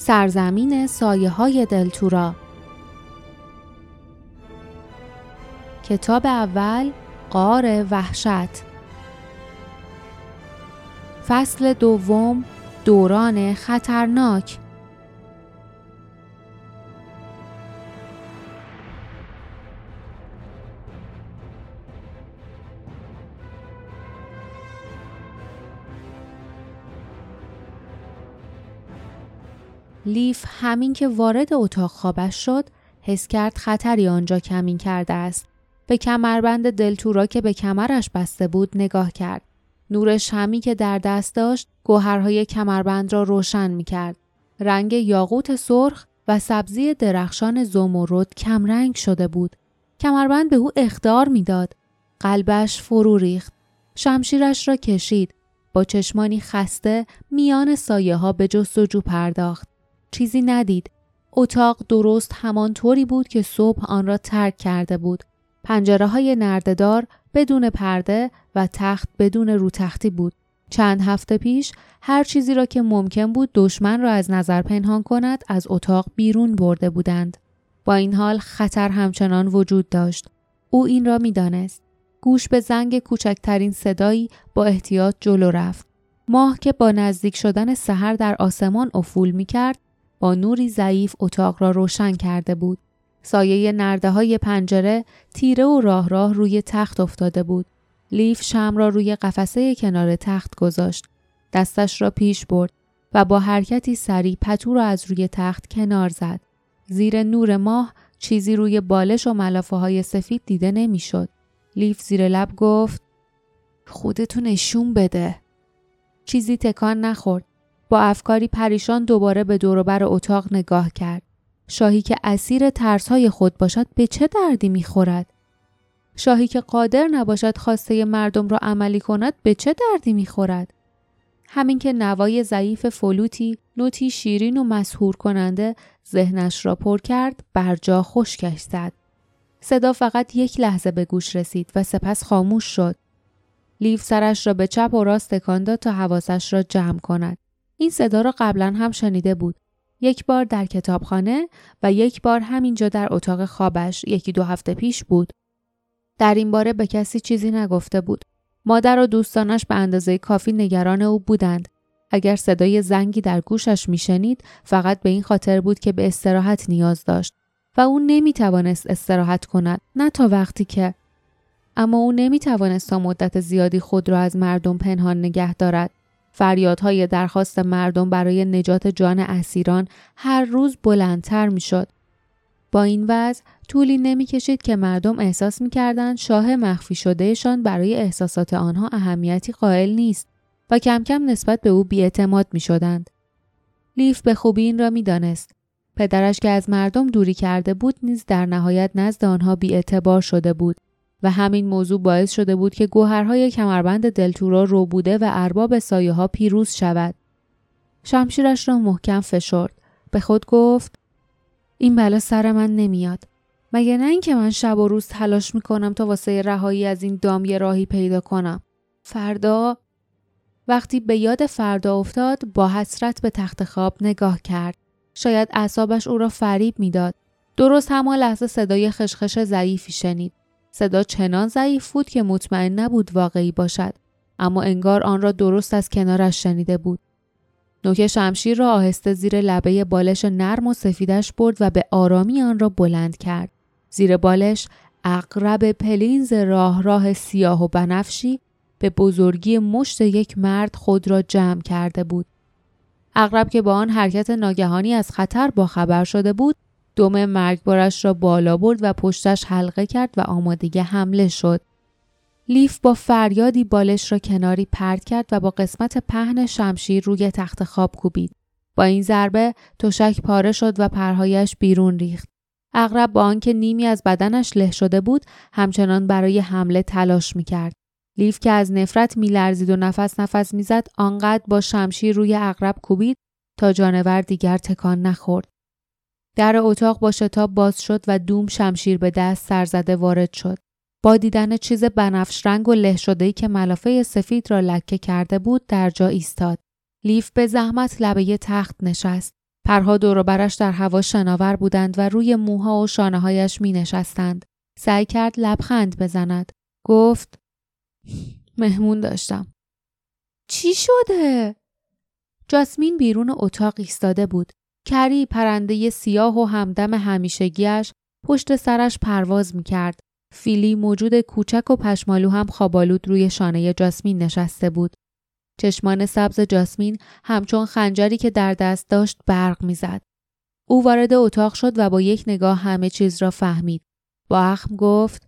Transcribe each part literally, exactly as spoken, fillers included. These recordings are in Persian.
سرزمین سایه های دلتورا. کتاب اول، غار وحشت. فصل دوم، دوران خطرناک. لیف همین که وارد اتاق خوابش شد، حس کرد خطری آنجا کمین کرده است. به کمربند دلتورا که به کمرش بسته بود نگاه کرد. نور شمعی که در دست داشت، گوهرهای کمربند را روشن می کرد. رنگ یاقوت سرخ و سبزی درخشان زمرد کم رنگ شده بود. کمربند به او اخطار می داد. قلبش فرو ریخت. شمشیرش را کشید. با چشمانی خسته میان سایه ها به جستجو پرداخت. چیزی ندید. اتاق درست همان طوری بود که صبح آن را ترک کرده بود. پنجره های نرده‌دار بدون پرده و تخت بدون رو تختی بود. چند هفته پیش هر چیزی را که ممکن بود دشمن را از نظر پنهان کند از اتاق بیرون برده بودند. با این حال خطر همچنان وجود داشت. او این را می دانست. گوش به زنگ کوچکترین صدایی با احتیاط جلو رفت. ماه که با نزدیک شدن سحر در آسمان افول می کرد، با نوری ضعیف اتاق را روشن کرده بود. سایه نرده‌های پنجره تیره و راه راه روی تخت افتاده بود. لیف شمع را روی قفسه کنار تخت گذاشت. دستش را پیش برد و با حرکتی سریع پتو را از روی تخت کنار زد. زیر نور ماه چیزی روی بالش و ملافه های سفید دیده نمی‌شد. لیف زیر لب گفت: خودتو نشون بده. چیزی تکان نخورد. با افکاری پریشان دوباره به دور و بر اتاق نگاه کرد. شاهی که اسیر ترس‌های خود باشد به چه دردی می‌خورد؟ شاهی که قادر نباشد خواسته مردم را عملی کند به چه دردی می‌خورد؟ همین که نوای ضعیف فلوتی، نوتی شیرین و مسحور کننده ذهنش را پر کرد، بر جا خشکش زد. صدا فقط یک لحظه به گوش رسید و سپس خاموش شد. لیف سرش را به چپ و راست تکان داد تا حواسش را جمع کند. این صدا را قبلا هم شنیده بود. یک بار در کتابخانه و یک بار همینجا در اتاق خوابش یکی دو هفته پیش بود. در این باره به کسی چیزی نگفته بود. مادر و دوستانش به اندازه کافی نگران او بودند. اگر صدای زنگی در گوشش میشنید فقط به این خاطر بود که به استراحت نیاز داشت و او نمیتوانست استراحت کند، نه تا وقتی که اما او نمیتوانست تا مدت زیادی خود را از مردم پنهان نگه دارد. فریادهای درخواست مردم برای نجات جان اسیران هر روز بلندتر میشد. با این وضع طولی نمیکشید که مردم احساس میکردند شاه مخفی شدهشان برای احساسات آنها اهمیتی قائل نیست و کم کم نسبت به او بی‌اعتماد میشدند. لیف به خوبی این را میدانست. پدرش که از مردم دوری کرده بود نیز در نهایت نزد آنها بی‌اعتبار شده بود و همین موضوع باعث شده بود که گوهرهای کمربند دلتورا رو بوده و ارباب سایه ها پیروز شود. شمشیرش را محکم فشرد. به خود گفت: این بلا سر من نمیاد. مگه نه این که من شب و روز تلاش میکنم تا واسه رهایی از این دام یه راهی پیدا کنم. فردا. وقتی به یاد فردا افتاد با حسرت به تخت خواب نگاه کرد. شاید اعصابش او را فریب میداد. درست همان لحظه صدای خشخش ضعیفی شنید. صدا چنان ضعیف بود که مطمئن نبود واقعی باشد، اما انگار آن را درست از کنارش شنیده بود. نوک شمشیر را آهسته زیر لبه بالش نرم و سفیدش برد و به آرامی آن را بلند کرد. زیر بالش عقرب پلینز راه راه سیاه و بنفشی به بزرگی مشت یک مرد خود را جمع کرده بود. عقرب که با آن حرکت ناگهانی از خطر باخبر شده بود، دم مرگبارش را بالا برد و پشتش حلقه کرد و آمادگی حمله شد. لیف با فریادی بالش را کناری پرت کرد و با قسمت پهن شمشیر روی تخت خواب کوبید. با این ضربه تشک پاره شد و پرهایش بیرون ریخت. عقرب با آنکه نیمی از بدنش له شده بود، همچنان برای حمله تلاش می‌کرد. لیف که از نفرت می‌لرزید و نفس نفس می‌زد، آنقدر با شمشیر روی عقرب کوبید تا جانور دیگر تکان نخورد. در اتاق با شتاب باز شد و دوم شمشیر به دست سرزده وارد شد. با دیدن چیز بنفش رنگ و له شده‌ای که ملافه سفید را لکه کرده بود در جا ایستاد. لیف به زحمت لبه تخت نشست. پرها دور و برش در هوا شناور بودند و روی موها و شانه‌هایش می نشستند. سعی کرد لبخند بزند. گفت مهمون داشتم. چی شده؟ جاسمین بیرون اتاق ایستاده بود. کری پرنده سیاه و همدم همیشگیش پشت سرش پرواز می کرد. فیلی موجود کوچک و پشمالو هم خوابالود روی شانه جاسمین نشسته بود. چشمان سبز جاسمین همچون خنجری که در دست داشت برق می زد. او وارد اتاق شد و با یک نگاه همه چیز را فهمید. با اخم گفت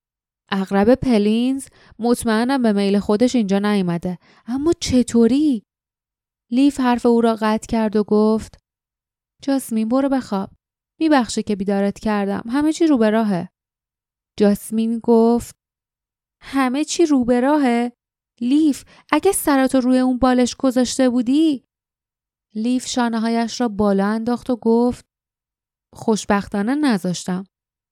عقرب پلینز، مطمئنم به میل خودش اینجا نیامده. اما چطوری؟ لیف حرف او را قطع کرد و گفت جاسمین برو بخواب. میبخشه که بیدارت کردم. همه چی رو به راهه. جاسمین گفت همه چی رو به راهه؟ لیف، اگه سرتو روی اون بالش گذاشته بودی؟ لیف شانه‌هایش را بالا انداخت و گفت خوشبختانه نذاشتم.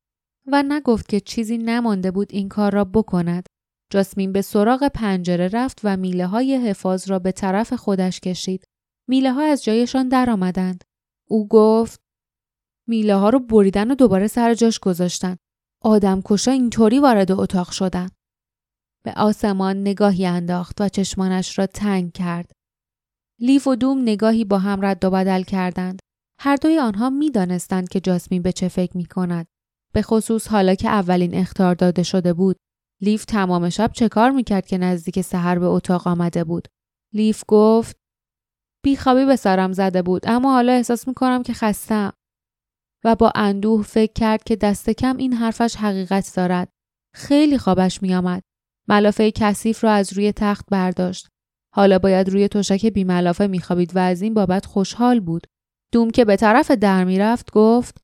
و نگفت که چیزی نمانده بود این کار را بکند. جاسمین به سراغ پنجره رفت و میله های حفاظ را به طرف خودش کشید. میله ها از جایشان در آمدند. او گفت میله ها رو بریدن و دوباره سر جاش گذاشتن. آدم کشا اینطوری وارد اتاق شدن. به آسمان نگاهی انداخت و چشمانش را تنگ کرد. لیف و دوم نگاهی با هم رد و بدل کردند. هر دوی آنها می دانستند که جاسمین به چه فکر می کند. به خصوص حالا که اولین اخطار داده شده بود. لیف تمام شب چه کار می کرد که نزدیک سحر به اتاق آمده بود. لیف گفت بیخوابی به سرم زده بود، اما حالا احساس می کنم که خستم. و با اندوه فکر کرد که دست کم این حرفش حقیقت دارد. خیلی خوابش می آمد. ملافه کثیف را از روی تخت برداشت. حالا باید روی تشک بی ملافه می خوابید و از این بابت خوشحال بود. دوم که به طرف در می رفت گفت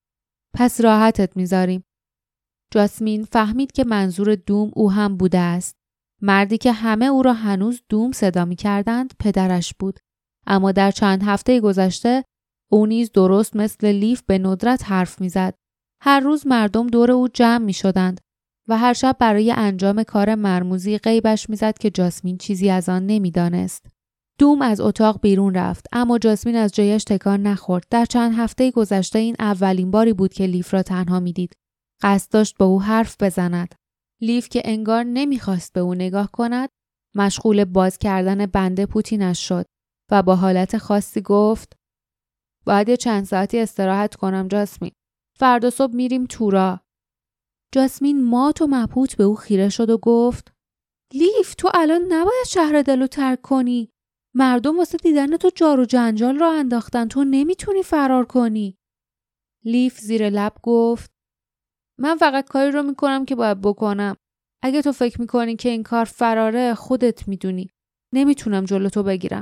پس راحتت می زاریم. جاسمین فهمید که منظور دوم او هم بوده است. مردی که همه او را هنوز دوم صدا می کردند پدرش بود. اما در چند هفته گذشته او نیز درست مثل لیف به ندرت حرف می زد. هر روز مردم دور او جمع می شدند و هر شب برای انجام کار مرموزی غیبش می زد که جاسمین چیزی از آن نمی دانست. دوم از اتاق بیرون رفت، اما جاسمین از جایش تکان نخورد. در چند هفته گذشته این اولین باری بود که لیف را تنها می دید. قصد داشت با او حرف بزند. لیف که انگار نمی خواست به او نگاه کند، مشغول باز کردن بند پوتینش شد و با حالت خاصی گفت باید یه چند ساعتی استراحت کنم جاسمین. فردا صبح میریم تورا. جاسمین مات و مبهوت به او خیره شد و گفت لیف، تو الان نباید شهر دلو ترک کنی. مردم واسه دیدن تو جار و جنجال را انداختن. تو نمیتونی فرار کنی. لیف زیر لب گفت من فقط کاری رو میکنم که باید بکنم. اگه تو فکر میکنی که این کار فراره، خودت میدونی. نمیتونم جلو تو بگیرم.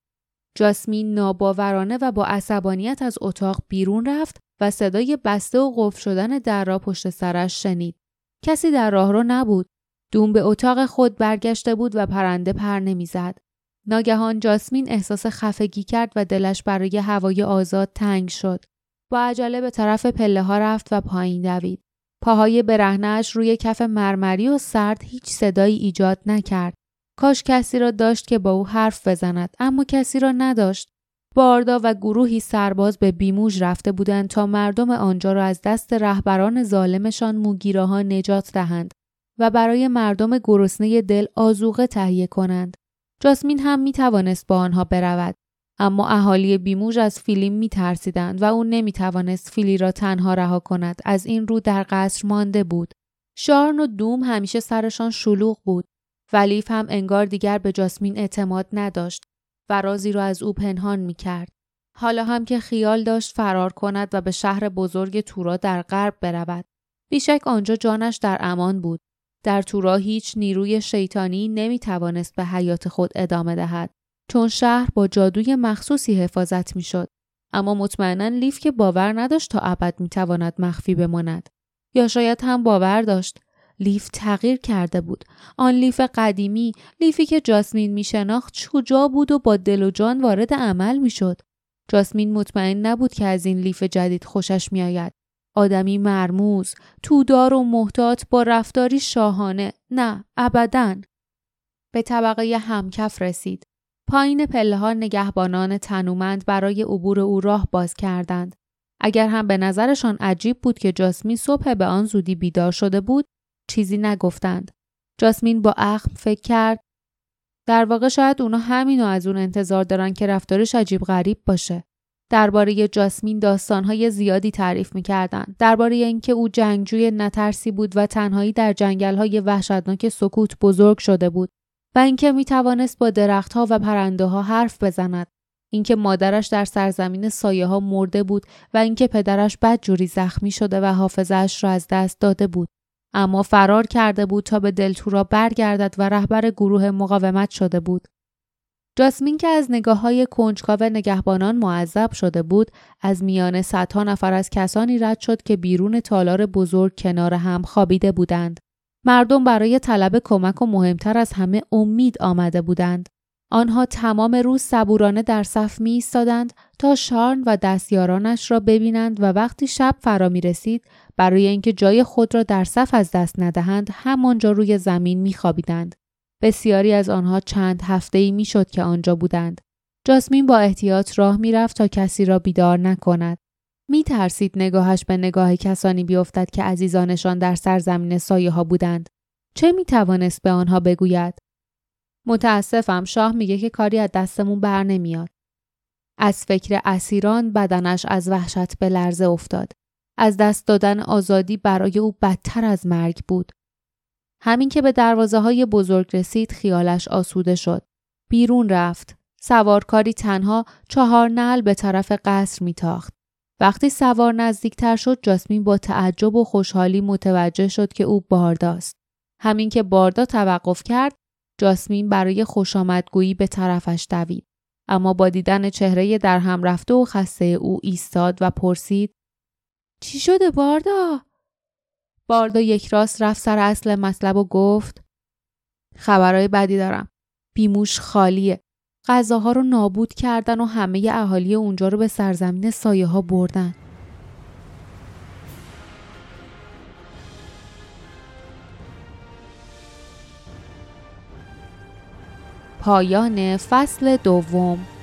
جاسمین ناباورانه و با عصبانیت از اتاق بیرون رفت و صدای بسته و قفل شدن در را پشت سرش شنید. کسی در راهرو نبود. دوم به اتاق خود برگشته بود و پرنده پر نمیزد. ناگهان جاسمین احساس خفگی کرد و دلش برای هوای آزاد تنگ شد. با عجله به طرف پله ها رفت و پایین دوید. پاهای برهنه‌اش روی کف مرمری و سرد هیچ صدایی ایجاد نکرد. کاش کسی را داشت که با او حرف بزند، اما کسی را نداشت. باردا و گروهی سرباز به بیموج رفته بودند تا مردم آنجا را از دست رهبران ظالمشان موگیره‌ها نجات دهند و برای مردم گرسنه دل آذوقه تهیه کنند. جاسمین هم می توانست با آنها برود، اما اهالی بیموج از فیلی می ترسیدند و او نمی توانست فیلی را تنها رها کند. از این رو در قصر مانده بود. شارن و دوم همیشه سرشان شلوغ بود. لیف هم انگار دیگر به جاسمین اعتماد نداشت و رازی را از او پنهان می کرد. حالا هم که خیال داشت فرار کند و به شهر بزرگ تورا در غرب برود. بیشک آنجا جانش در امان بود. در تورا هیچ نیروی شیطانی نمی توانست به حیات خود ادامه دهد، چون شهر با جادوی مخصوصی حفاظت می شد. اما مطمئناً لیف که باور نداشت تا ابد می تواند مخفی بماند. یا شاید هم باور داشت. لیف تغییر کرده بود. آن لیف قدیمی، لیفی که جاسمین می شناخت، شجاع بود و با دل و جان وارد عمل می شد. جاسمین مطمئن نبود که از این لیف جدید خوشش می آید. آدمی مرموز، تودار و محتاط با رفتاری شاهانه. نه، ابداً. به طبقه همکف رسید. پایین پله‌ها نگهبانان تنومند برای عبور او راه باز کردند. اگر هم به نظرشان عجیب بود که جاسمین صبح به آن زودی بیدار شده بود، چیزی نگفتند. جاسمین با اخم فکر کرد در واقع شاید اونا همینو از اون انتظار دارن که رفتارش عجیب غریب باشه. درباره جاسمین داستانهای زیادی تعریف می‌کردند. درباره اینکه او جنگجوی نترسی بود و تنهایی در جنگل‌های وحشتناک سکوت بزرگ شده بود و اینکه می‌توانست با درخت‌ها و پرنده‌ها حرف بزند. اینکه مادرش در سرزمین سایه‌ها مرده بود و اینکه پدرش بدجوری زخمی شده و حافظه‌اش را از دست داده بود. اما فرار کرده بود تا به دلتورا برگردد و رهبر گروه مقاومت شده بود. جاسمین که از نگاه‌های کنجکاو نگهبانان معذب شده بود، از میان صدها نفر از کسانی رد شد که بیرون تالار بزرگ کنار هم خوابیده بودند. مردم برای طلب کمک و مهمتر از همه امید آمده بودند. آنها تمام روز صبورانه در صف می ایستادند تا شارن و دستیارانش را ببینند و وقتی شب فرا می رسید برای اینکه جای خود را در صف از دست ندهند همانجا روی زمین می خوابیدند. بسیاری از آنها چند هفته‌ای می شد که آنجا بودند. جاسمین با احتیاط راه می رفت تا کسی را بیدار نکند. می ترسید نگاهش به نگاه کسانی بیفتد که عزیزانشان در سرزمین سایه ها بودند. چه می توانست به آنها بگوید؟ متاسفم، شاه میگه که کاری از دستمون بر نمیاد. از فکر اسیران بدنش از وحشت به لرزه افتاد. از دست دادن آزادی برای او بدتر از مرگ بود. همین که به دروازه های بزرگ رسید خیالش آسوده شد. بیرون رفت. سوارکاری تنها چهار نعل به طرف قصر میتاخت. وقتی سوار نزدیکتر شد جاسمین با تعجب و خوشحالی متوجه شد که او بارداست. همین که باردا توقف کرد جاسمین برای خوشامدگویی به طرفش دوید. اما با دیدن چهره در هم رفته و خسته او ایستاد و پرسید چی شده باردا؟ باردا یک راست رفت سر اصل مطلب و گفت خبرهای بدی دارم. بیموش خالیه. غذاها رو نابود کردن و همه اهالی اونجا رو به سرزمین سایه ها بردن. پایان فصل دوم.